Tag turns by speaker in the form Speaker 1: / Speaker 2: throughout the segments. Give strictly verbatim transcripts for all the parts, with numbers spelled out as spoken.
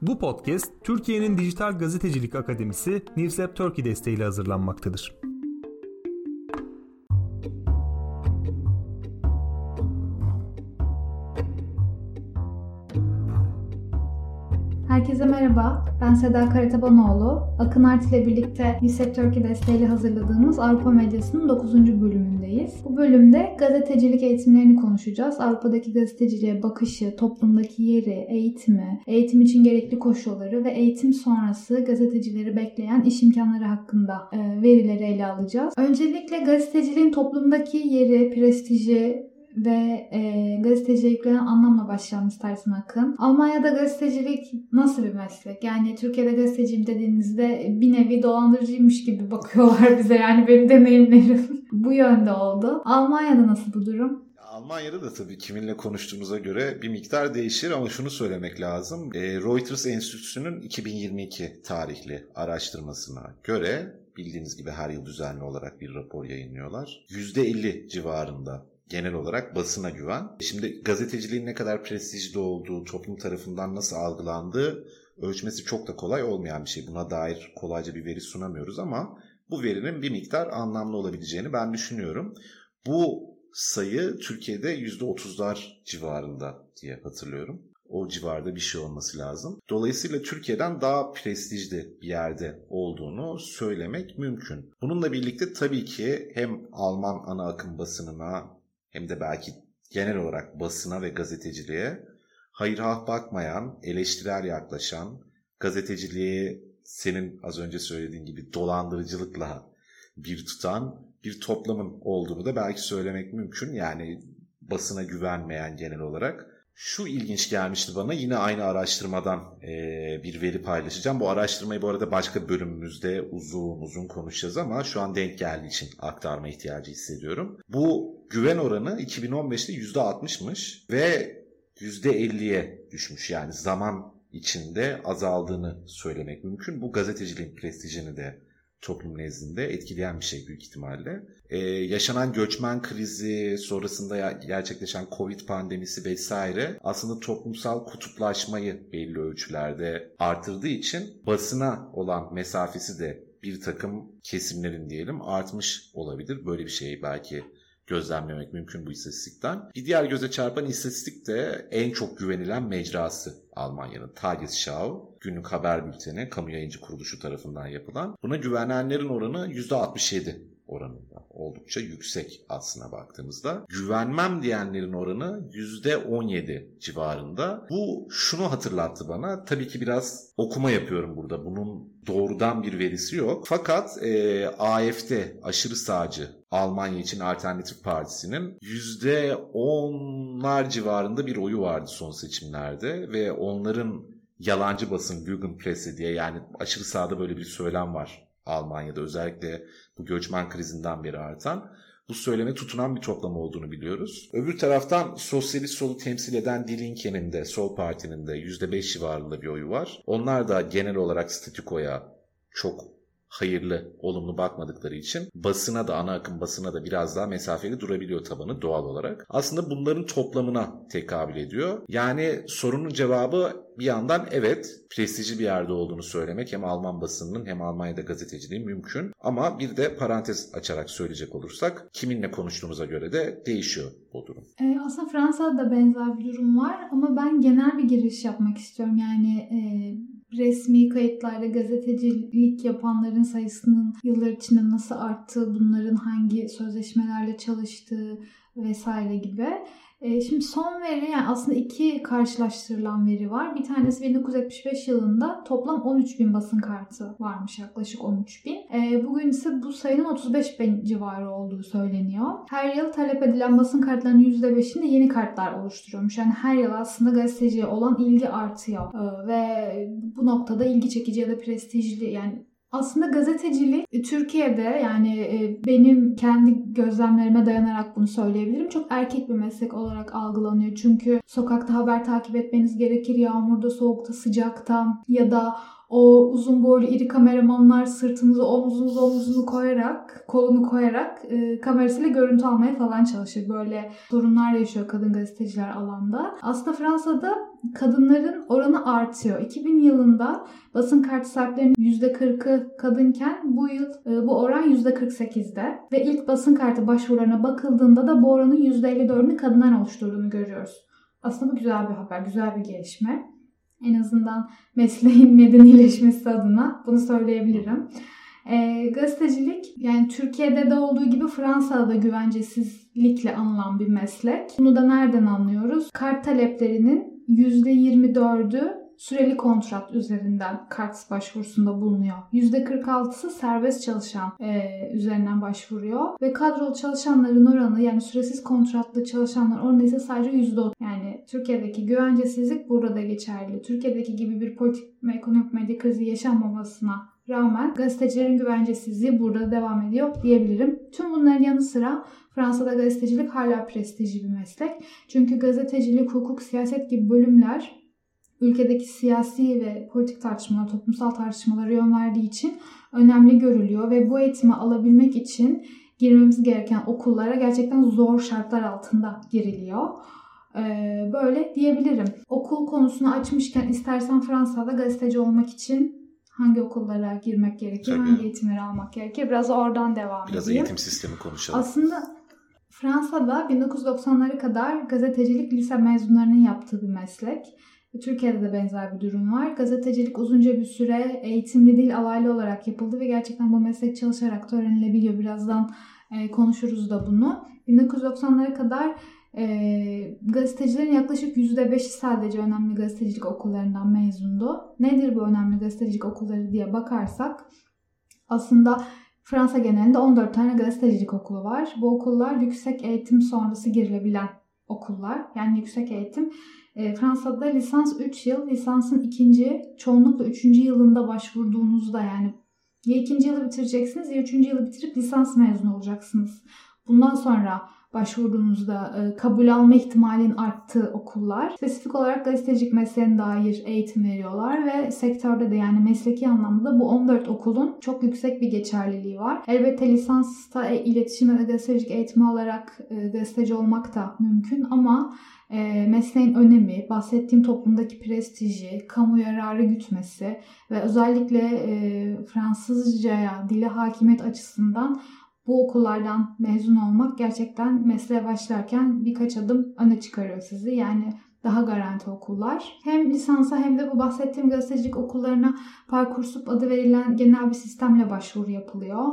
Speaker 1: Bu podcast Türkiye'nin Dijital Gazetecilik Akademisi Newslab Turkey desteğiyle hazırlanmaktadır.
Speaker 2: Herkese merhaba, ben Seda Karatabanoğlu. Akın Art ile birlikte Newslab Turkey desteğiyle hazırladığımız Avrupa Medyası'nın dokuzuncu bölümündeyiz. Bu bölümde gazetecilik eğitimlerini konuşacağız. Avrupa'daki gazeteciliğe bakışı, toplumdaki yeri, eğitimi, eğitim için gerekli koşulları ve eğitim sonrası gazetecileri bekleyen iş imkanları hakkında verileri ele alacağız. Öncelikle gazeteciliğin toplumdaki yeri, prestiji ve e, gazeteciliğe yüklenen anlamla başlayalım istersen Akın. Almanya'da gazetecilik nasıl bir meslek? Yani Türkiye'de gazeteciyim dediğinizde bir nevi dolandırıcıymış gibi bakıyorlar bize. Yani benim deneyimlerim bu yönde oldu. Almanya'da nasıl bu durum?
Speaker 3: Almanya'da da tabii kiminle konuştuğunuza göre bir miktar değişir ama şunu söylemek lazım. E, Reuters Enstitüsü'nün iki bin yirmi iki tarihli araştırmasına göre bildiğiniz gibi her yıl düzenli olarak bir rapor yayınlıyorlar. yüzde elli civarında genel olarak basına güven. Şimdi gazeteciliğin ne kadar prestijli olduğu, toplum tarafından nasıl algılandığı ölçmesi çok da kolay olmayan bir şey. Buna dair kolayca bir veri sunamıyoruz ama bu verinin bir miktar anlamlı olabileceğini ben düşünüyorum. Bu sayı Türkiye'de yüzde otuzlar civarında diye hatırlıyorum. O civarda bir şey olması lazım. Dolayısıyla Türkiye'den daha prestijli bir yerde olduğunu söylemek mümkün. Bununla birlikte tabii ki hem Alman ana akım basınına hem de belki genel olarak basına ve gazeteciliğe hayırhah bakmayan, eleştirel yaklaşan, gazeteciliği senin az önce söylediğin gibi dolandırıcılıkla bir tutan bir toplamın olduğunu da belki söylemek mümkün. Yani basına güvenmeyen genel olarak. Şu ilginç gelmişti bana, yine aynı araştırmadan e, bir veri paylaşacağım. Bu araştırmayı bu arada başka bölümümüzde uzun uzun konuşacağız ama şu an denk geldiği için aktarma ihtiyacı hissediyorum. Bu güven oranı iki bin on beşte yüzde altmışmış ve yüzde elliye düşmüş. Yani zaman içinde azaldığını söylemek mümkün. Bu gazeteciliğin prestijini de toplum nezdinde etkileyen bir şey büyük ihtimalle. Ee, yaşanan göçmen krizi, sonrasında gerçekleşen Covid pandemisi vesaire aslında toplumsal kutuplaşmayı belli ölçülerde artırdığı için basına olan mesafesi de bir takım kesimlerin diyelim artmış olabilir. Böyle bir şey belki gözlemlemek mümkün bu istatistikten. Bir diğer göze çarpan istatistik de en çok güvenilen mecrası Almanya'nın Tagesschau, günlük haber bülteni, kamu yayıncı kuruluşu tarafından yapılan. Buna güvenenlerin oranı yüzde altmış yedi oranında. Oldukça yüksek aslına baktığımızda. Güvenmem diyenlerin oranı yüzde on yedi civarında. Bu şunu hatırlattı bana. Tabii ki biraz okuma yapıyorum burada. Bunun doğrudan bir verisi yok. Fakat e, A F D, aşırı sağcı Almanya için Alternatif Partisi'nin yüzde onlar civarında bir oyu vardı son seçimlerde ve onların yalancı basın, Lügenpresse diye, yani aşırı sağda böyle bir söylem var Almanya'da, özellikle bu göçmen krizinden beri artan. Bu söyleme tutunan bir toplama olduğunu biliyoruz. Öbür taraftan sosyalist solu temsil eden Die Linke'nin de, Sol Parti'nin de yüzde beş civarında bir oyu var. Onlar da genel olarak statükoya çok hayırlı, olumlu bakmadıkları için basına da, ana akım basına da biraz daha mesafeli durabiliyor tabanı doğal olarak. Aslında bunların toplamına tekabül ediyor. Yani sorunun cevabı bir yandan evet, prestijli bir yerde olduğunu söylemek hem Alman basınının hem Almanya'da gazeteciliğin mümkün. Ama bir de parantez açarak söyleyecek olursak kiminle konuştuğumuza göre de değişiyor bu durum.
Speaker 2: Ee, aslında Fransa'da da benzer bir durum var ama ben genel bir giriş yapmak istiyorum. Yani e, resmi kayıtlarla gazetecilik yapanların sayısının yıllar içinde nasıl arttığı, bunların hangi sözleşmelerle çalıştığı vesaire gibi. Şimdi son veri, yani aslında iki karşılaştırılan veri var. Bir tanesi bin dokuz yüz yetmiş beş yılında toplam on üç bin basın kartı varmış, yaklaşık on üç bin. Bugün ise bu sayının otuz beş bin civarı olduğu söyleniyor. Her yıl talep edilen basın kartlarının yüzde beşini yeni kartlar oluşturuyormuş. Yani her yıl aslında gazeteciye olan ilgi artıyor. Ve bu noktada ilgi çekici ya da prestijli, yani aslında gazetecilik Türkiye'de, yani benim kendi gözlemlerime dayanarak bunu söyleyebilirim, çok erkek bir meslek olarak algılanıyor. Çünkü sokakta haber takip etmeniz gerekir, yağmurda, soğukta, sıcakta ya da o uzun boylu iri kameramanlar sırtınıza omuzunuza omuzunu koyarak, kolunu koyarak e, kamerasıyla görüntü almaya falan çalışır. Böyle sorunlar yaşıyor kadın gazeteciler alanda. Aslında Fransa'da kadınların oranı artıyor. iki bin yılında basın kartı sahiplerinin yüzde kırkı kadınken bu yıl e, bu oran yüzde kırk sekizde. Ve ilk basın kartı başvurularına bakıldığında da bu oranın yüzde elli dördünü kadınlar oluşturduğunu görüyoruz. Aslında bu güzel bir haber, güzel bir gelişme. En azından mesleğin medenileşmesi adına bunu söyleyebilirim. E, gazetecilik, yani Türkiye'de de olduğu gibi Fransa'da da güvencesizlikle anılan bir meslek. Bunu da nereden anlıyoruz? Kart taleplerinin yüzde yirmi dördü süreli kontrat üzerinden kart başvurusunda bulunuyor. yüzde kırk altısı serbest çalışan e, üzerinden başvuruyor. Ve kadrolu çalışanların oranı, yani süresiz kontratlı çalışanlar oranı ise sadece yüzde otuz. Yani Türkiye'deki güvencesizlik burada da geçerli. Türkiye'deki gibi bir politik ve ekonomik medya krizi yaşanmamasına rağmen gazetecilerin güvencesizliği burada devam ediyor diyebilirim. Tüm bunların yanı sıra Fransa'da gazetecilik hala prestijli bir meslek. Çünkü gazetecilik, hukuk, siyaset gibi bölümler ülkedeki siyasi ve politik tartışmalar, toplumsal tartışmalara yön verdiği için önemli görülüyor ve bu eğitimi alabilmek için girmemiz gereken okullara gerçekten zor şartlar altında giriliyor. Ee, böyle diyebilirim. Okul konusunu açmışken istersen Fransa'da gazeteci olmak için hangi okullara girmek gerekir, Tabii. hangi eğitimleri almak gerekir? Biraz oradan devam
Speaker 3: Biraz
Speaker 2: edeyim.
Speaker 3: eğitim sistemi konuşalım.
Speaker 2: Aslında Fransa'da bin dokuz yüz doksanlara kadar gazetecilik lise mezunlarının yaptığı bir meslek. Türkiye'de de benzer bir durum var. Gazetecilik uzunca bir süre eğitimli değil alaylı olarak yapıldı ve gerçekten bu meslek çalışarak da öğrenilebiliyor. Birazdan e, konuşuruz da bunu. bin dokuz yüz doksanlara kadar e, gazetecilerin yaklaşık yüzde beşi sadece önemli gazetecilik okullarından mezundu. Nedir bu önemli gazetecilik okulları diye bakarsak aslında Fransa genelinde on dört tane gazetecilik okulu var. Bu okullar yüksek eğitim sonrası girilebilen okullar. Yani yüksek eğitim. E, Fransa'da lisans üç yıl, lisansın ikinci, çoğunlukla üçüncü yılında başvurduğunuzda, yani ya ikinci yılı bitireceksiniz ya üçüncü yılı bitirip lisans mezunu olacaksınız. Bundan sonra başvurduğunuzda e, kabul alma ihtimalinin arttığı okullar. Spesifik olarak gazetecilik mesleğine dair eğitim veriyorlar ve sektörde de, yani mesleki anlamda bu on dört okulun çok yüksek bir geçerliliği var. Elbette lisansta e, iletişim ve gazetecilik eğitimi alarak e, gazeteci olmak da mümkün ama E, mesleğin önemi, bahsettiğim toplumdaki prestiji, kamu yararı gütmesi ve özellikle e, Fransızcaya, dile hakimiyet açısından bu okullardan mezun olmak gerçekten mesleğe başlarken birkaç adım öne çıkarıyor sizi. Yani daha garanti okullar. Hem lisansa hem de bu bahsettiğim gazetecilik okullarına Parcoursup adı verilen genel bir sistemle başvuru yapılıyor.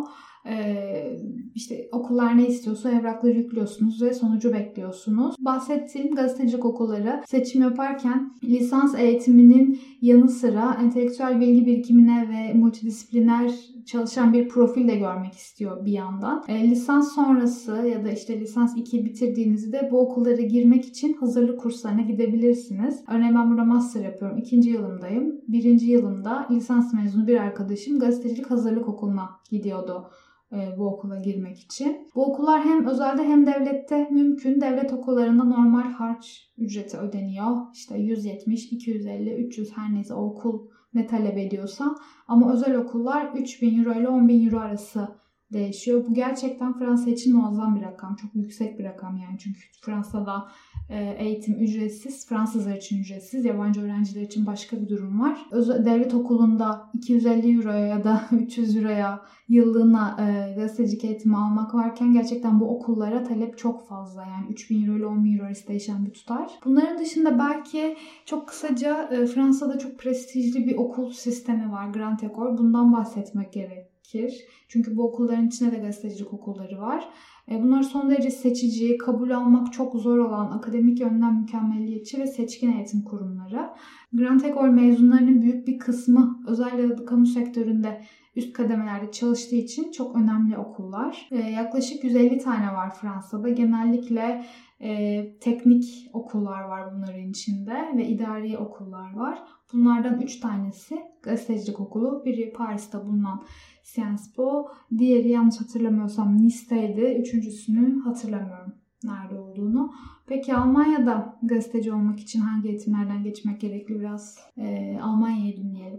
Speaker 2: Ee, işte okullar ne istiyorsa evrakları yüklüyorsunuz ve sonucu bekliyorsunuz. Bahsettiğim gazetecilik okulları seçim yaparken lisans eğitiminin yanı sıra entelektüel bilgi birikimine ve multidisipliner çalışan bir profil de görmek istiyor bir yandan. E, lisans sonrası ya da işte lisans iki bitirdiğinizde bu okullara girmek için hazırlık kurslarına gidebilirsiniz. Örneğin ben burada master yapıyorum. İkinci yılımdayım. Birinci yılımda lisans mezunu bir arkadaşım gazetecilik hazırlık okuluna gidiyordu bu okula girmek için. Bu okullar hem özelde hem devlette mümkün. Devlet okullarında normal harç ücreti ödeniyor. İşte yüz yetmiş, iki yüz elli, üç yüz her neyse o okul ne talep ediyorsa. Ama özel okullar üç bin euro ile on bin euro arası değişiyor. Bu gerçekten Fransa için muazzam bir rakam. Çok yüksek bir rakam yani. Çünkü Fransa'da eğitim ücretsiz. Fransızlar için ücretsiz. Yabancı öğrenciler için başka bir durum var. Özel, devlet okulunda iki yüz elli euroya ya da üç yüz euroya yıllığına e, gazetecilik eğitimi almak varken gerçekten bu okullara talep çok fazla. Yani üç bin euro ile on bin euro arası değişen bir tutar. Bunların dışında belki çok kısaca e, Fransa'da çok prestijli bir okul sistemi var. Grand École. Bundan bahsetmek gerek. Çünkü bu okulların içinde de gazetecilik okulları var. Bunlar son derece seçici, kabul almak çok zor olan, akademik yönden mükemmeliyetçi ve seçkin eğitim kurumları. Grand École mezunlarının büyük bir kısmı özellikle kamu sektöründe üst kademelerde çalıştığı için çok önemli okullar. Yaklaşık yüz elli tane var Fransa'da. Genellikle e, teknik okullar var bunların içinde ve idari okullar var. Bunlardan üç tanesi gazetecilik okulu. Biri Paris'te bulunan Sciences Po, diğeri yanlış hatırlamıyorsam Nice'teydi. Üçüncüsünü hatırlamıyorum nerede olduğunu. Peki Almanya'da gazeteci olmak için hangi eğitimlerden geçmek gerekli? Biraz e, Almanya'yı dinleyelim.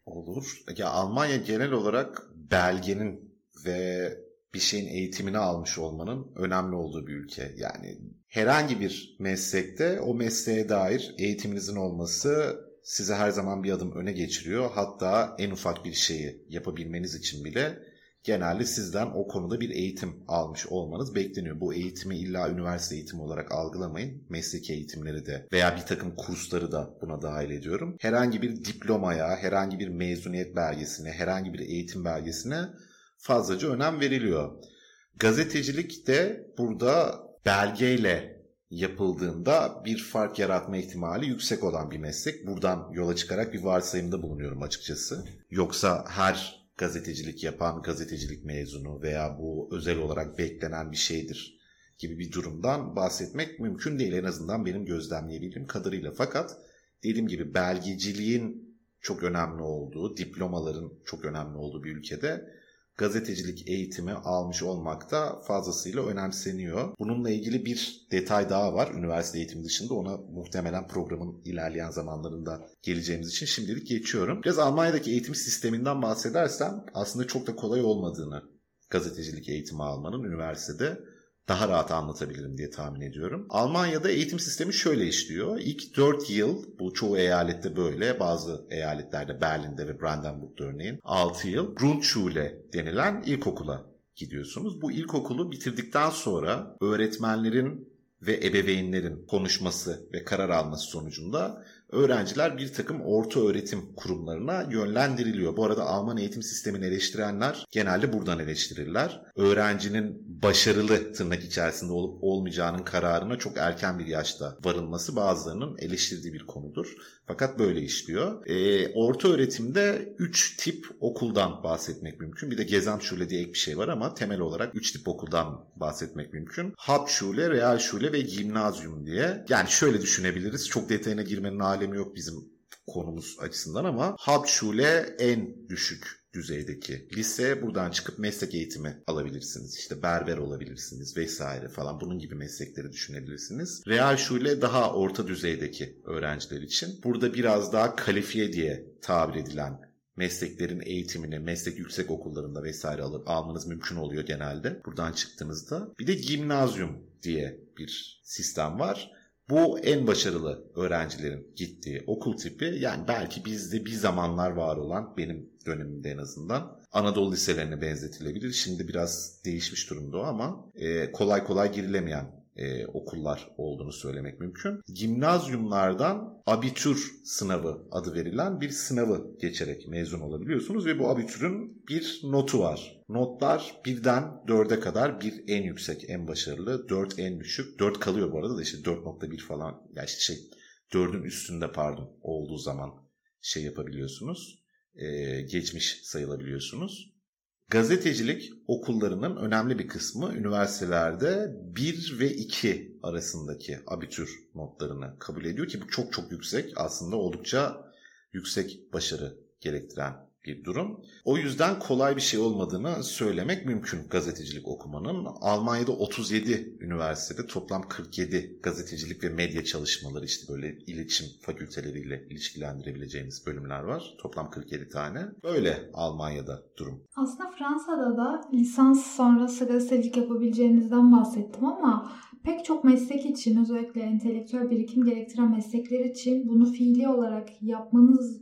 Speaker 3: Olur. Ya Almanya genel olarak belgenin ve bir şeyin eğitimini almış olmanın önemli olduğu bir ülke. Yani herhangi bir meslekte o mesleğe dair eğitiminizin olması sizi her zaman bir adım öne geçiriyor. Hatta en ufak bir şeyi yapabilmeniz için bile genelde sizden o konuda bir eğitim almış olmanız bekleniyor. Bu eğitimi illa üniversite eğitimi olarak algılamayın. Mesleki eğitimleri de veya bir takım kursları da buna dahil ediyorum. Herhangi bir diplomaya, herhangi bir mezuniyet belgesine, herhangi bir eğitim belgesine fazlaca önem veriliyor. Gazetecilik de burada belgeyle yapıldığında bir fark yaratma ihtimali yüksek olan bir meslek. Buradan yola çıkarak bir varsayımda bulunuyorum açıkçası. Yoksa her gazetecilik yapan, gazetecilik mezunu veya bu özel olarak beklenen bir şeydir gibi bir durumdan bahsetmek mümkün değil. En azından benim gözlemleyebildiğim kadarıyla. Fakat dediğim gibi belgeciliğin çok önemli olduğu, diplomaların çok önemli olduğu bir ülkede gazetecilik eğitimi almış olmak da fazlasıyla önemseniyor. Bununla ilgili bir detay daha var üniversite eğitimi dışında. Ona muhtemelen programın ilerleyen zamanlarında geleceğimiz için şimdilik geçiyorum. Biraz Almanya'daki eğitim sisteminden bahsedersem aslında çok da kolay olmadığını gazetecilik eğitimi almanın üniversitede daha rahat anlatabilirim diye tahmin ediyorum. Almanya'da eğitim sistemi şöyle işliyor. İlk dört yıl, bu çoğu eyalette böyle, bazı eyaletlerde Berlin'de ve Brandenburg'da örneğin altı yıl Grundschule denilen ilkokula gidiyorsunuz. Bu ilkokulu bitirdikten sonra öğretmenlerin ve ebeveynlerin konuşması ve karar alması sonucunda öğrenciler bir takım orta öğretim kurumlarına yönlendiriliyor. Bu arada Alman eğitim sistemini eleştirenler genelde buradan eleştirirler. Öğrencinin başarılı tırnak içerisinde olup olmayacağının kararına çok erken bir yaşta varılması bazılarının eleştirdiği bir konudur. Fakat böyle işliyor. E, orta öğretimde üç tip okuldan bahsetmek mümkün. Bir de Gesamtschule diye ek bir şey var ama temel olarak üç tip okuldan bahsetmek mümkün. Hauptschule, Realschule ve Gimnazyum diye. Yani şöyle düşünebiliriz. Çok detayına girmenin alemi yok bizim konumuz açısından ama Hauptschule en düşük düzeydeki lise, buradan çıkıp meslek eğitimi alabilirsiniz. İşte berber olabilirsiniz vesaire falan, bunun gibi meslekleri düşünebilirsiniz. Realschule daha orta düzeydeki öğrenciler için. Burada biraz daha kalifiye diye tabir edilen mesleklerin eğitimini meslek yüksek okullarında vesaire alıp almanız mümkün oluyor genelde buradan çıktığınızda. Bir de gimnazyum diye bir sistem var. Bu en başarılı öğrencilerin gittiği okul tipi. Yani belki bizde bir zamanlar var olan, benim dönemimde en azından, Anadolu liselerine benzetilebilir. Şimdi biraz değişmiş durumda o ama e, kolay kolay girilemeyen e, okullar olduğunu söylemek mümkün. Gimnazyumlardan abitür sınavı adı verilen bir sınavı geçerek mezun olabiliyorsunuz ve bu abitürün bir notu var. Notlar birden dörde kadar, bir en yüksek, en başarılı, dört en düşük. dört kalıyor bu arada da işte dört nokta bir falan, ya işte şey dördün üstünde pardon olduğu zaman şey yapabiliyorsunuz. Ee, geçmiş sayılabiliyorsunuz. Gazetecilik okullarının önemli bir kısmı üniversitelerde bir ve iki arasındaki abitür notlarını kabul ediyor ki bu çok çok yüksek, aslında oldukça yüksek başarı gerektiren bir durum. O yüzden kolay bir şey olmadığını söylemek mümkün gazetecilik okumanın. Almanya'da otuz yedi üniversitede toplam kırk yedi gazetecilik ve medya çalışmaları, işte böyle iletişim fakülteleriyle ilişkilendirebileceğimiz bölümler var. Toplam kırk yedi tane. Böyle Almanya'da durum.
Speaker 2: Aslında Fransa'da da lisans sonrası gazetecilik yapabileceğinizden bahsettim ama pek çok meslek için, özellikle entelektüel birikim gerektiren meslekler için bunu fiili olarak yapmanız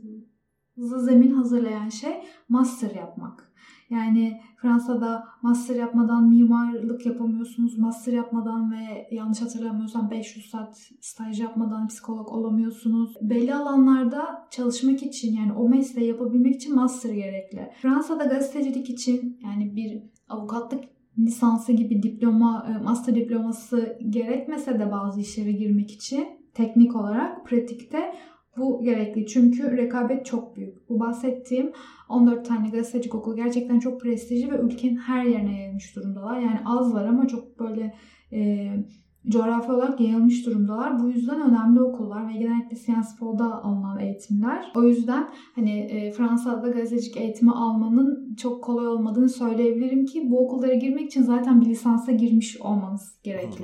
Speaker 2: zemin hazırlayan şey master yapmak. Yani Fransa'da master yapmadan mimarlık yapamıyorsunuz. Master yapmadan ve yanlış hatırlamıyorsam beş yüz saat staj yapmadan psikolog olamıyorsunuz. Belli alanlarda çalışmak için, yani o mesleği yapabilmek için master gerekli. Fransa'da gazetecilik için, yani bir avukatlık lisansı gibi diploma, master diploması gerekmese de bazı işlere girmek için teknik olarak, pratikte bu gerekli. Çünkü rekabet çok büyük. Bu bahsettiğim on dört tane gazetecilik okulu gerçekten çok prestijli ve ülkenin her yerine yayılmış durumdalar. Yani az var ama çok böyle e, coğrafi olarak yayılmış durumdalar. Bu yüzden önemli okullar ve genellikle Sciences Po'da alınan eğitimler. O yüzden hani e, Fransa'da gazetecilik eğitimi almanın çok kolay olmadığını söyleyebilirim ki bu okullara girmek için zaten bir lisansa girmiş olmanız gerekli. Hı hı.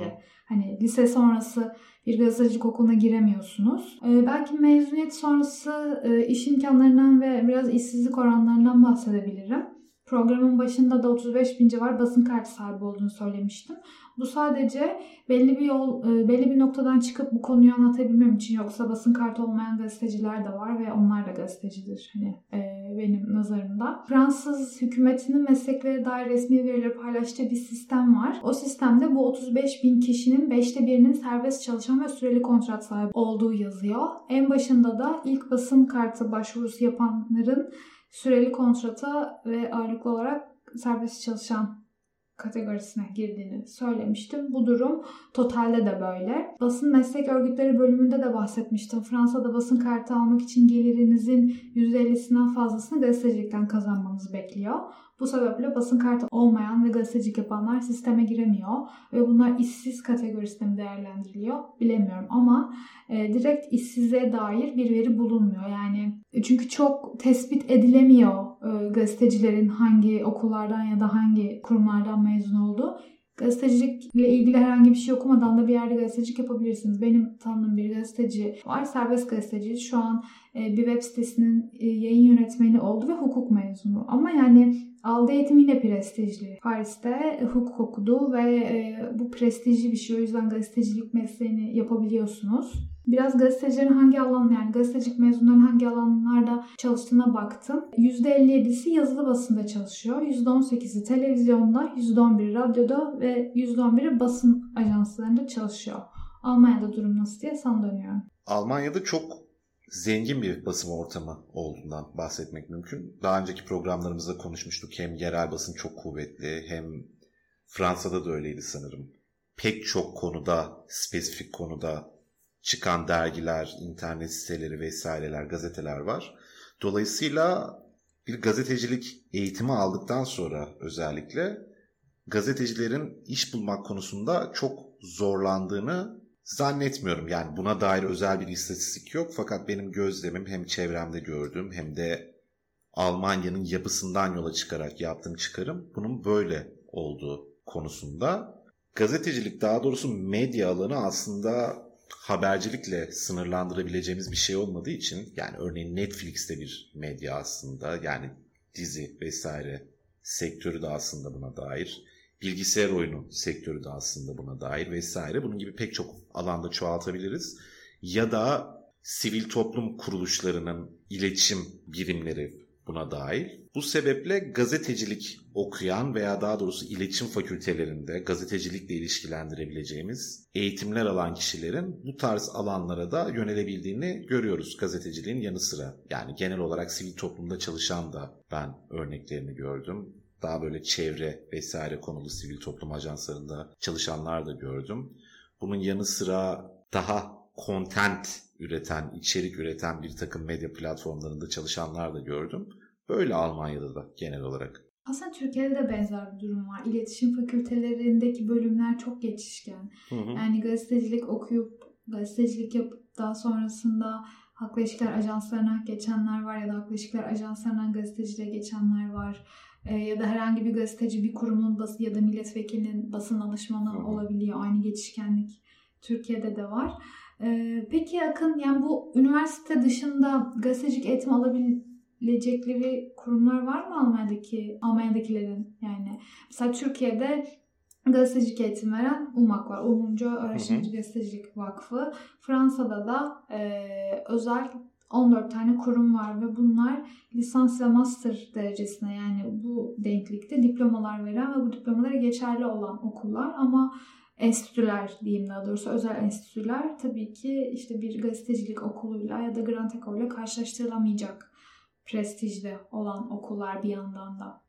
Speaker 2: Hani lise sonrası bir gazetecilik okuluna giremiyorsunuz. Ee, belki mezuniyet sonrası e, iş imkanlarından ve biraz işsizlik oranlarından bahsedebilirim. Programın başında da otuz beş bin civar basın kartı sahibi olduğunu söylemiştim. Bu sadece belli bir yol, belli bir noktadan çıkıp bu konuyu anlatabilmem için, yoksa basın kartı olmayan gazeteciler de var ve onlar da gazetecidir hani benim nazarımda. Fransız hükümetinin mesleklere dair resmi verileri paylaştığı bir sistem var. O sistemde bu otuz beş bin kişinin beşte birinin serbest çalışan ve süreli kontrat sahibi olduğu yazıyor. En başında da ilk basın kartı başvurusu yapanların süreli kontrata ve ağırlıklı olarak serbest çalışan kategorisine girdiğini söylemiştim. Bu durum totalde de böyle. Basın meslek örgütleri bölümünde de bahsetmiştim. Fransa'da basın kartı almak için gelirinizin yüzde ellisinden fazlasını gazetecilikten kazanmanız bekliyor. Bu sebeple basın kartı olmayan ve gazetecilik yapanlar sisteme giremiyor ve bunlar işsiz kategorisinde mi değerlendiriliyor bilemiyorum ama e, direkt işsize dair bir veri bulunmuyor. Yani çünkü çok tespit edilemiyor e, gazetecilerin hangi okullardan ya da hangi kurumlardan mezun olduğu. Gazetecilikle ilgili herhangi bir şey okumadan da bir yerde gazetecilik yapabilirsiniz. Benim tanıdığım bir gazeteci var. Serbest gazeteci. Şu an bir web sitesinin yayın yönetmeni oldu ve hukuk mezunu. Ama yani aldığı eğitim yine prestijli. Paris'te hukuk okudu ve bu prestijli bir şey. O yüzden gazetecilik mesleğini yapabiliyorsunuz. Biraz gazetecilerin hangi alan, yani gazetecilik mezunlarının hangi alanlarda çalıştığına baktım. yüzde elli yedisi yazılı basında çalışıyor. yüzde on sekizi televizyonda, yüzde on biri radyoda ve yüzde on biri basın ajanslarında çalışıyor. Almanya'da durum nasıl diye sana dönüyorum.
Speaker 3: Almanya'da çok zengin bir basın ortamı olduğundan bahsetmek mümkün. Daha önceki programlarımızda konuşmuştuk. Hem yerel basın çok kuvvetli, hem Fransa'da da öyleydi sanırım. Pek çok konuda, spesifik konuda çıkan dergiler, internet siteleri vesaireler, gazeteler var. Dolayısıyla bir gazetecilik eğitimi aldıktan sonra özellikle gazetecilerin iş bulmak konusunda çok zorlandığını zannetmiyorum. Yani buna dair özel bir istatistik yok. Fakat benim gözlemim, hem çevremde gördüğüm hem de Almanya'nın yapısından yola çıkarak yaptığım çıkarım bunun böyle olduğu konusunda. Gazetecilik, daha doğrusu medya alanı aslında habercilikle sınırlandırabileceğimiz bir şey olmadığı için, yani örneğin Netflix'te bir medya aslında, yani dizi vesaire sektörü de aslında buna dair, bilgisayar oyunu sektörü de aslında buna dair vesaire, bunun gibi pek çok alanda çoğaltabiliriz. Ya da sivil toplum kuruluşlarının iletişim birimleri buna dahil. Bu sebeple gazetecilik okuyan veya daha doğrusu iletişim fakültelerinde gazetecilikle ilişkilendirebileceğimiz eğitimler alan kişilerin bu tarz alanlara da yönelebildiğini görüyoruz gazeteciliğin yanı sıra. Yani genel olarak sivil toplumda çalışan da ben örneklerini gördüm. Daha böyle çevre vesaire konulu sivil toplum ajanslarında çalışanlar da gördüm. Bunun yanı sıra daha content üreten, içerik üreten bir takım medya platformlarında çalışanlar da gördüm. Böyle Almanya'da da genel olarak.
Speaker 2: Aslında Türkiye'de de benzer bir durum var. İletişim fakültelerindeki bölümler çok geçişken. Hı hı. Yani gazetecilik okuyup, gazetecilik yapıp daha sonrasında halkla ilişkiler ajanslarına geçenler var ya da halkla ilişkiler ajanslarından gazeteciliğe geçenler var. E, ya da herhangi bir gazeteci bir kurumun bası ya da milletvekilinin basın danışmanı hı hı. olabiliyor. Aynı geçişkenlik Türkiye'de de var. E, peki Akın, yani bu üniversite dışında gazetecilik eğitimi alabilecekleri kurumlar var mı Almanya'daki Almanya'dakilerin? Yani mesela Türkiye'de gazetecilik eğitimi veren UMAK var. Umumcu Araştırmacı Gazetecilik Vakfı. Fransa'da da e, özel on dört tane kurum var ve bunlar lisans ve master derecesine, yani bu denklikte diplomalar veren ve bu diplomalara geçerli olan okullar. Ama enstitüler diyeyim, daha doğrusu özel enstitüler tabii ki işte bir gazetecilik okuluyla ya da Grand Ecole'la karşılaştırılamayacak prestijde olan okullar bir yandan da.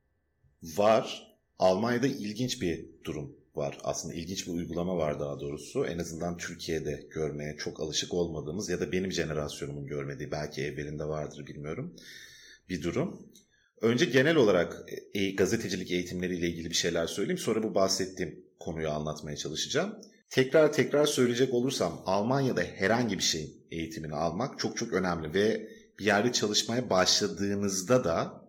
Speaker 3: Var. Almanya'da ilginç bir durum var. Aslında ilginç bir uygulama var daha doğrusu. En azından Türkiye'de görmeye çok alışık olmadığımız ya da benim jenerasyonumun görmediği, belki evvelinde vardır bilmiyorum, bir durum. Önce genel olarak e, gazetecilik eğitimleriyle ilgili bir şeyler söyleyeyim. Sonra bu bahsettiğim konuyu anlatmaya çalışacağım. Tekrar tekrar söyleyecek olursam, Almanya'da herhangi bir şeyin eğitimini almak çok çok önemli ve bir yerde çalışmaya başladığınızda da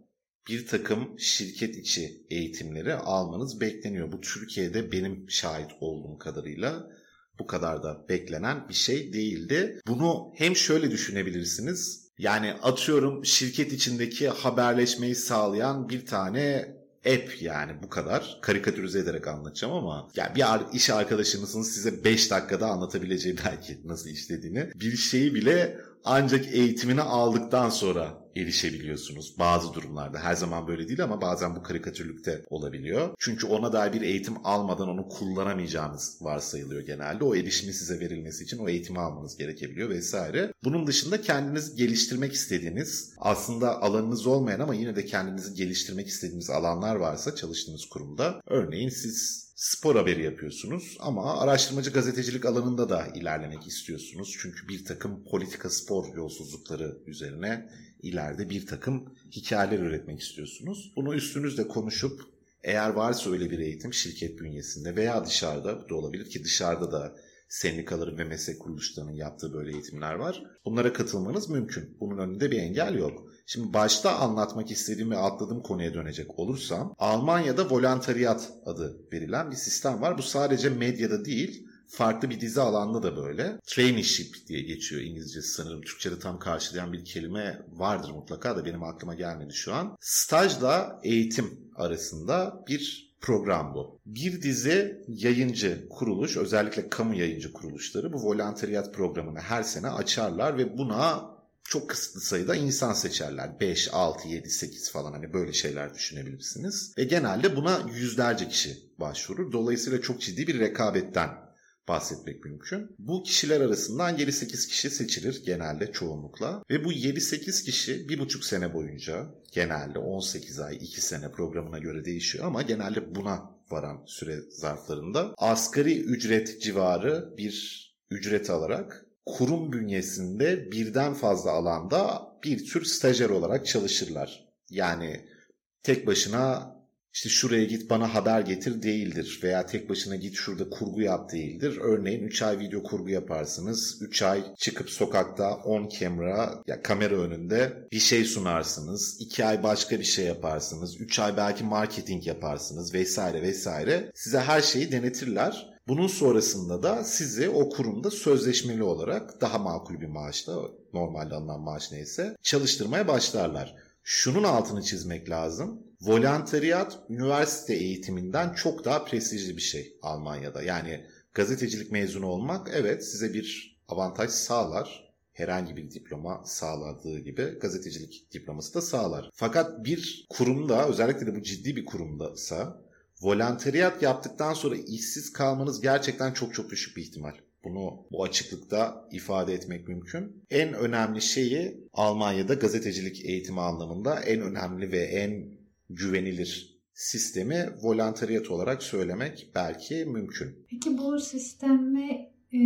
Speaker 3: bir takım şirket içi eğitimleri almanız bekleniyor. Bu Türkiye'de benim şahit olduğum kadarıyla bu kadar da beklenen bir şey değildi. Bunu hem şöyle düşünebilirsiniz. Yani atıyorum şirket içindeki haberleşmeyi sağlayan bir tane app, yani bu kadar. Karikatürize ederek anlatacağım ama yani bir iş arkadaşınızın size beş dakikada anlatabileceği belki nasıl işlediğini, bir şeyi bile ancak eğitimini aldıktan sonra erişebiliyorsunuz. Bazı durumlarda, her zaman böyle değil ama bazen bu karikatürlükte olabiliyor. Çünkü ona dair bir eğitim almadan onu kullanamayacağınız varsayılıyor genelde. O erişimi size verilmesi için o eğitimi almanız gerekebiliyor vesaire. Bunun dışında kendinizi geliştirmek istediğiniz, aslında alanınız olmayan ama yine de kendinizi geliştirmek istediğiniz alanlar varsa çalıştığınız kurumda, örneğin siz spor haberi yapıyorsunuz ama araştırmacı gazetecilik alanında da ilerlemek istiyorsunuz. Çünkü bir takım politika spor yolsuzlukları üzerine ileride bir takım hikayeler üretmek istiyorsunuz. Bunu üstünüzle konuşup, eğer varsa öyle bir eğitim şirket bünyesinde veya dışarıda, bu da olabilir ki dışarıda da sendikaların ve meslek kuruluşlarının yaptığı böyle eğitimler var. Bunlara katılmanız mümkün. Bunun önünde bir engel yok. Şimdi başta anlatmak istediğim ve atladığım konuya dönecek olursam, Almanya'da volontariyat adı verilen bir sistem var. Bu sadece medyada değil, farklı bir dizi alanda da böyle. Traineeship diye geçiyor İngilizcesi sanırım. Türkçe'de tam karşılayan bir kelime vardır mutlaka da benim aklıma gelmedi şu an. Stajla eğitim arasında bir program bu. Bir dizi yayıncı kuruluş, özellikle kamu yayıncı kuruluşları bu volontariyat programını her sene açarlar ve buna çok kısıtlı sayıda insan seçerler. beş, altı, yedi, sekiz falan, hani böyle şeyler düşünebilirsiniz. Ve genelde buna yüzlerce kişi başvurur. Dolayısıyla çok ciddi bir rekabetten bahsetmek mümkün. Bu kişiler arasından yedi sekiz kişi seçilir genelde, çoğunlukla. Ve bu yedi sekiz kişi bir buçuk sene boyunca, genelde on sekiz ay, iki sene, programına göre değişiyor ama genelde buna varan süre zarflarında asgari ücret civarı bir ücret alarak kurum bünyesinde birden fazla alanda bir tür stajyer olarak çalışırlar. Yani tek başına işte şuraya git bana haber getir değildir veya tek başına git şurada kurgu yap değildir. Örneğin üç ay video kurgu yaparsınız. üç ay çıkıp sokakta on kamera, ya kamera önünde bir şey sunarsınız. iki ay başka bir şey yaparsınız. üç ay belki marketing yaparsınız vesaire vesaire. Size her şeyi denetirler. Bunun sonrasında da sizi o kurumda sözleşmeli olarak daha makul bir maaşla, normalde alınan maaş neyse, çalıştırmaya başlarlar. Şunun altını çizmek lazım. Volontariyat üniversite eğitiminden çok daha prestijli bir şey Almanya'da. Yani gazetecilik mezunu olmak evet size bir avantaj sağlar. Herhangi bir diploma sağladığı gibi gazetecilik diploması da sağlar. Fakat bir kurumda, özellikle de bu ciddi bir kurumdaysa, volontariyat yaptıktan sonra işsiz kalmanız gerçekten çok çok düşük bir ihtimal. Bunu bu açıklıkta ifade etmek mümkün. En önemli şeyi Almanya'da gazetecilik eğitimi anlamında en önemli ve en güvenilir sistemi volontariyat olarak söylemek belki mümkün.
Speaker 2: Peki bu sisteme e,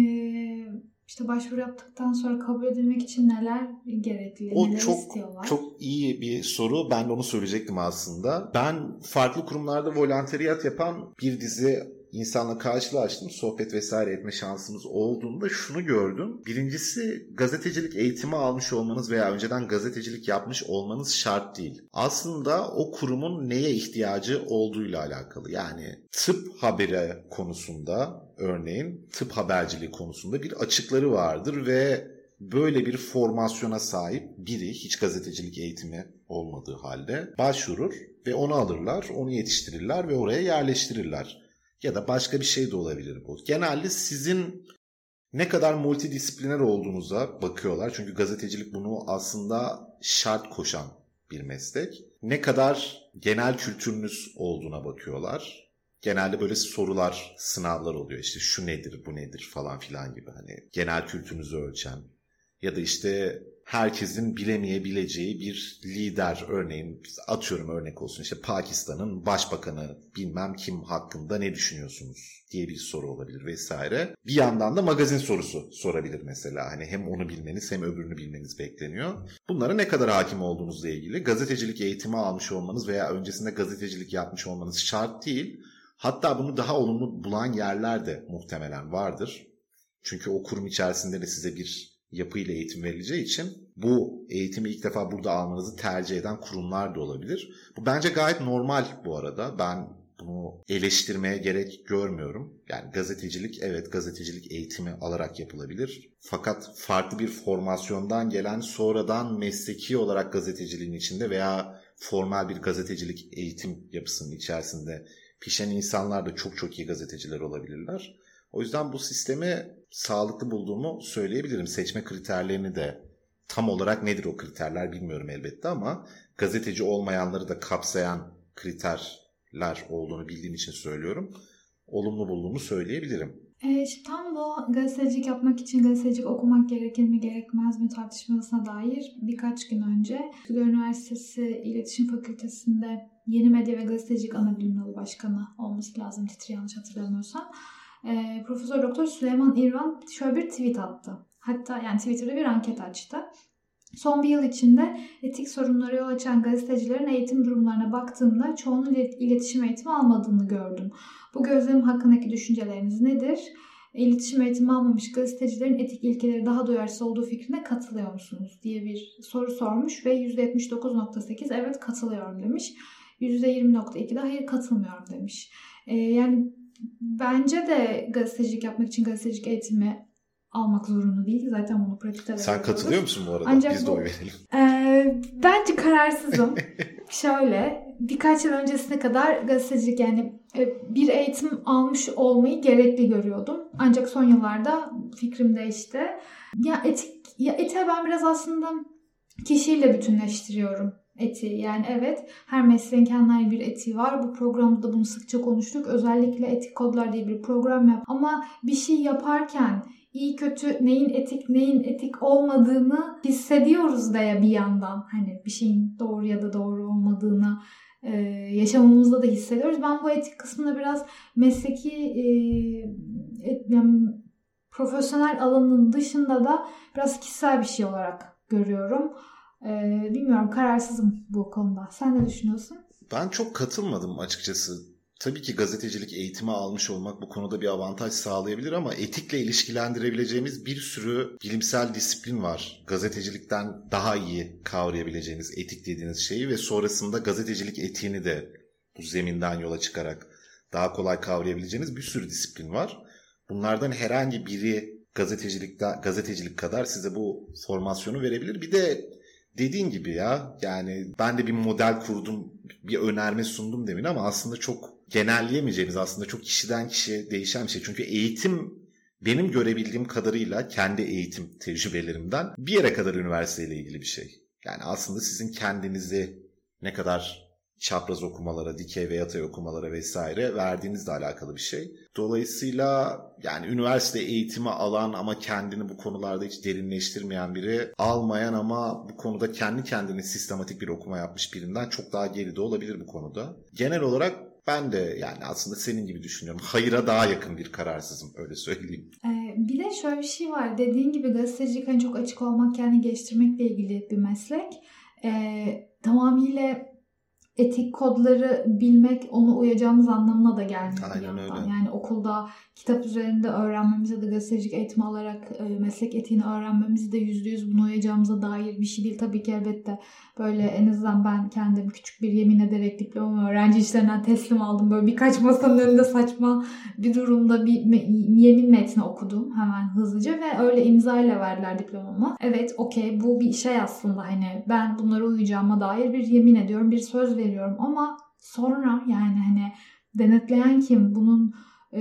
Speaker 2: işte başvuru yaptıktan sonra kabul edilmek için neler gerekli,
Speaker 3: o
Speaker 2: neler
Speaker 3: çok,
Speaker 2: istiyorlar?
Speaker 3: Çok iyi bir soru. Ben de onu söyleyecektim aslında. Ben farklı kurumlarda volontariyat yapan bir dizi insanla karşılaştım. Sohbet vesaire etme şansımız olduğunda şunu gördüm. Birincisi, gazetecilik eğitimi almış olmanız veya önceden gazetecilik yapmış olmanız şart değil. Aslında o kurumun neye ihtiyacı olduğuyla alakalı. Yani tıp haberi konusunda, örneğin tıp haberciliği konusunda bir açıkları vardır ve böyle bir formasyona sahip biri, hiç gazetecilik eğitimi olmadığı halde başvurur ve onu alırlar, onu yetiştirirler ve oraya yerleştirirler. Ya da başka bir şey de olabilir bu. Genelde sizin ne kadar multidisipliner olduğunuza bakıyorlar. Çünkü gazetecilik bunu aslında şart koşan bir meslek. Ne kadar genel kültürünüz olduğuna bakıyorlar. Genelde böyle sorular, sınavlar oluyor. İşte şu nedir, bu nedir falan filan gibi. Hani genel kültürünüzü ölçen. Ya da işte herkesin bilemeyebileceği bir lider, örneğin atıyorum örnek olsun işte Pakistan'ın başbakanı bilmem kim hakkında ne düşünüyorsunuz diye bir soru olabilir vesaire. Bir yandan da magazin sorusu sorabilir mesela. Hani hem onu bilmeniz hem öbürünü bilmeniz bekleniyor. Bunlara ne kadar hakim olduğunuzla ilgili gazetecilik eğitimi almış olmanız veya öncesinde gazetecilik yapmış olmanız şart değil. Hatta bunu daha olumlu bulan yerler de muhtemelen vardır. Çünkü o kurum içerisinde de size bir yapıyla eğitim verileceği için bu eğitimi ilk defa burada almanızı tercih eden kurumlar da olabilir. Bu bence gayet normal bu arada. Ben bunu eleştirmeye gerek görmüyorum. Yani gazetecilik, evet gazetecilik eğitimi alarak yapılabilir. Fakat farklı bir formasyondan gelen, sonradan mesleki olarak gazeteciliğin içinde veya formal bir gazetecilik eğitim yapısının içerisinde pişen insanlar da çok çok iyi gazeteciler olabilirler. O yüzden bu sistemi sağlıklı bulduğumu söyleyebilirim. Seçme kriterlerini de tam olarak nedir o kriterler bilmiyorum elbette ama gazeteci olmayanları da kapsayan kriterler olduğunu bildiğim için söylüyorum. Olumlu bulduğumu söyleyebilirim.
Speaker 2: E, işte tam bu gazetecilik yapmak için gazetecilik okumak gerekir mi gerekmez mi tartışmasına dair birkaç gün önce Üsküdar Üniversitesi İletişim Fakültesi'nde Yeni Medya ve Gazetecilik Anabilim Dalı Başkanı olması lazım titri yanlış hatırlamıyorsam. E, Profesör Doktor Süleyman İrvan şöyle bir tweet attı. Hatta yani Twitter'da bir anket açtı. Son bir yıl içinde etik sorunlara yol açan gazetecilerin eğitim durumlarına baktığımda çoğunun iletişim eğitimi almadığını gördüm. Bu gözlem hakkındaki düşünceleriniz nedir? İletişim eğitimi almamış gazetecilerin etik ilkeleri daha duyarsız olduğu fikrine katılıyor musunuz diye bir soru sormuş ve yüzde yetmiş dokuz virgül sekiz evet katılıyorum demiş. yüzde yirmi virgül iki de hayır katılmıyorum demiş. Ee, yani bence de gazetecilik yapmak için gazetecilik eğitimi almak zorunlu değil. Zaten bunu pratikte de
Speaker 3: Sen
Speaker 2: yapıyoruz.
Speaker 3: katılıyor musun bu arada?
Speaker 2: Ancak
Speaker 3: Biz de
Speaker 2: bu,
Speaker 3: oy verelim.
Speaker 2: E, bence kararsızım. Şöyle birkaç yıl öncesine kadar gazetecilik yani e, bir eğitim almış olmayı gerekli görüyordum. Ancak son yıllarda fikrim değişti. Ya etik ya etiğe ben biraz aslında kişiyle bütünleştiriyorum etiği. Yani evet her mesleğin kendine bir etiği var. Bu programda da bunu sıkça konuştuk. Özellikle etik kodlar diye bir program yap. Ama bir şey yaparken iyi kötü neyin etik neyin etik olmadığını hissediyoruz da ya bir yandan. Hani bir şeyin doğru ya da doğru olmadığını e, yaşamımızda da hissediyoruz. Ben bu etik kısmında biraz mesleki e, et, yani profesyonel alanın dışında da biraz kişisel bir şey olarak görüyorum. E, bilmiyorum kararsızım bu konuda. Sen ne düşünüyorsun?
Speaker 3: Ben çok katılmadım açıkçası. Tabii ki gazetecilik eğitimi almış olmak bu konuda bir avantaj sağlayabilir ama etikle ilişkilendirebileceğimiz bir sürü bilimsel disiplin var. Gazetecilikten daha iyi kavrayabileceğiniz etik dediğiniz şeyi ve sonrasında gazetecilik etiğini de bu zeminden yola çıkarak daha kolay kavrayabileceğiniz bir sürü disiplin var. Bunlardan herhangi biri gazetecilikte gazetecilik kadar size bu formasyonu verebilir. Bir de dediğin gibi ya yani ben de bir model kurdum, bir önerme sundum demin ama aslında çok genelleyemeyeceğimiz aslında çok kişiden kişiye değişen bir şey. Çünkü eğitim benim görebildiğim kadarıyla kendi eğitim tecrübelerimden bir yere kadar üniversiteyle ilgili bir şey. Yani aslında sizin kendinizi ne kadar çapraz okumalara, dikey ve yatay okumalara vesaire verdiğinizle alakalı bir şey. Dolayısıyla yani üniversite eğitimi alan ama kendini bu konularda hiç derinleştirmeyen biri, almayan ama bu konuda kendi kendine sistematik bir okuma yapmış birinden çok daha geride olabilir bu konuda. Genel olarak ben de yani aslında senin gibi düşünüyorum. Hayıra daha yakın bir kararsızım öyle söyleyeyim.
Speaker 2: Ee, bir de şöyle bir şey var. Dediğin gibi gazetecilik hani çok açık olmak, kendini geliştirmekle ilgili bir meslek. Ee, tamamıyla etik kodları bilmek, ona uyacağımız anlamına da gelmiyor.
Speaker 3: Aynen öyle.
Speaker 2: Yani okulda kitap üzerinde öğrenmemiz ya da gazetecilik eğitimi alarak e, meslek etiğini öğrenmemiz de yüzde yüz buna uyacağımıza dair bir şey değil. Tabii ki elbette böyle en azından ben kendim küçük bir yemin ederek diplomamı öğrenci işlerinden teslim aldım. Böyle birkaç masanın önünde saçma bir durumda bir me- yemin metni okudum hemen hızlıca ve öyle imzayla verdiler diplomamı. Evet okey bu bir şey aslında hani ben bunlara uyacağıma dair bir yemin ediyorum, bir söz veriyorum ama sonra yani hani denetleyen kim? Bunun e,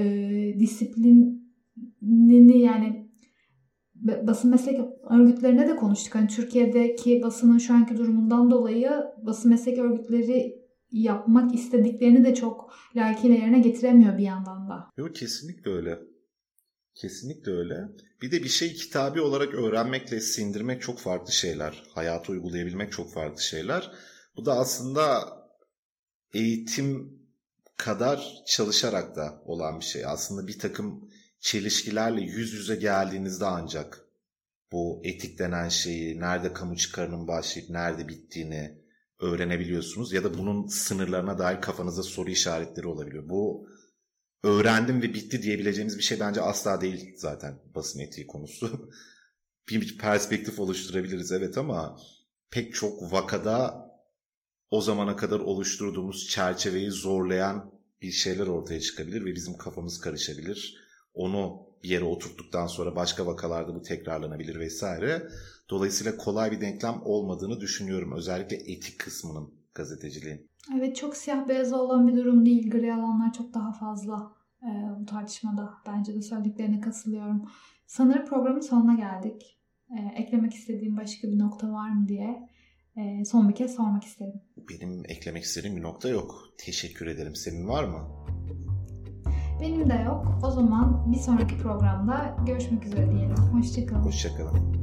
Speaker 2: disiplinini yani basın meslek örgütlerine de konuştuk. Hani Türkiye'deki basının şu anki durumundan dolayı basın meslek örgütleri yapmak istediklerini de çok layıkıyla yerine getiremiyor bir yandan da.
Speaker 3: Yok kesinlikle öyle. Kesinlikle öyle. Bir de bir şey kitabi olarak öğrenmekle sindirmek çok farklı şeyler. Hayata uygulayabilmek çok farklı şeyler. Bu da aslında eğitim kadar çalışarak da olan bir şey. Aslında bir takım çelişkilerle yüz yüze geldiğinizde ancak bu etik denen şeyi, nerede kamu çıkarının başlayıp nerede bittiğini öğrenebiliyorsunuz. Ya da bunun sınırlarına dair kafanızda soru işaretleri olabiliyor. Bu öğrendim ve bitti diyebileceğimiz bir şey bence asla değil zaten basın etiği konusu. bir perspektif oluşturabiliriz evet ama pek çok vakada o zamana kadar oluşturduğumuz çerçeveyi zorlayan bir şeyler ortaya çıkabilir ve bizim kafamız karışabilir. Onu bir yere oturttuktan sonra başka vakalarda bu tekrarlanabilir vesaire. Dolayısıyla kolay bir denklem olmadığını düşünüyorum. Özellikle etik kısmının gazeteciliğin.
Speaker 2: Evet, çok siyah beyaz olan bir durum değil. Gri alanlar çok daha fazla e, bu tartışmada. Bence de söylediklerine katılıyorum. Sanırım programın sonuna geldik. E, eklemek istediğim başka bir nokta var mı diye e, son bir kez sormak istedim.
Speaker 3: Benim eklemek istediğim bir nokta yok. Teşekkür ederim. Senin var mı?
Speaker 2: Benim de yok. O zaman bir sonraki programda görüşmek üzere diyelim. Hoşçakalın.
Speaker 3: Hoşçakalın.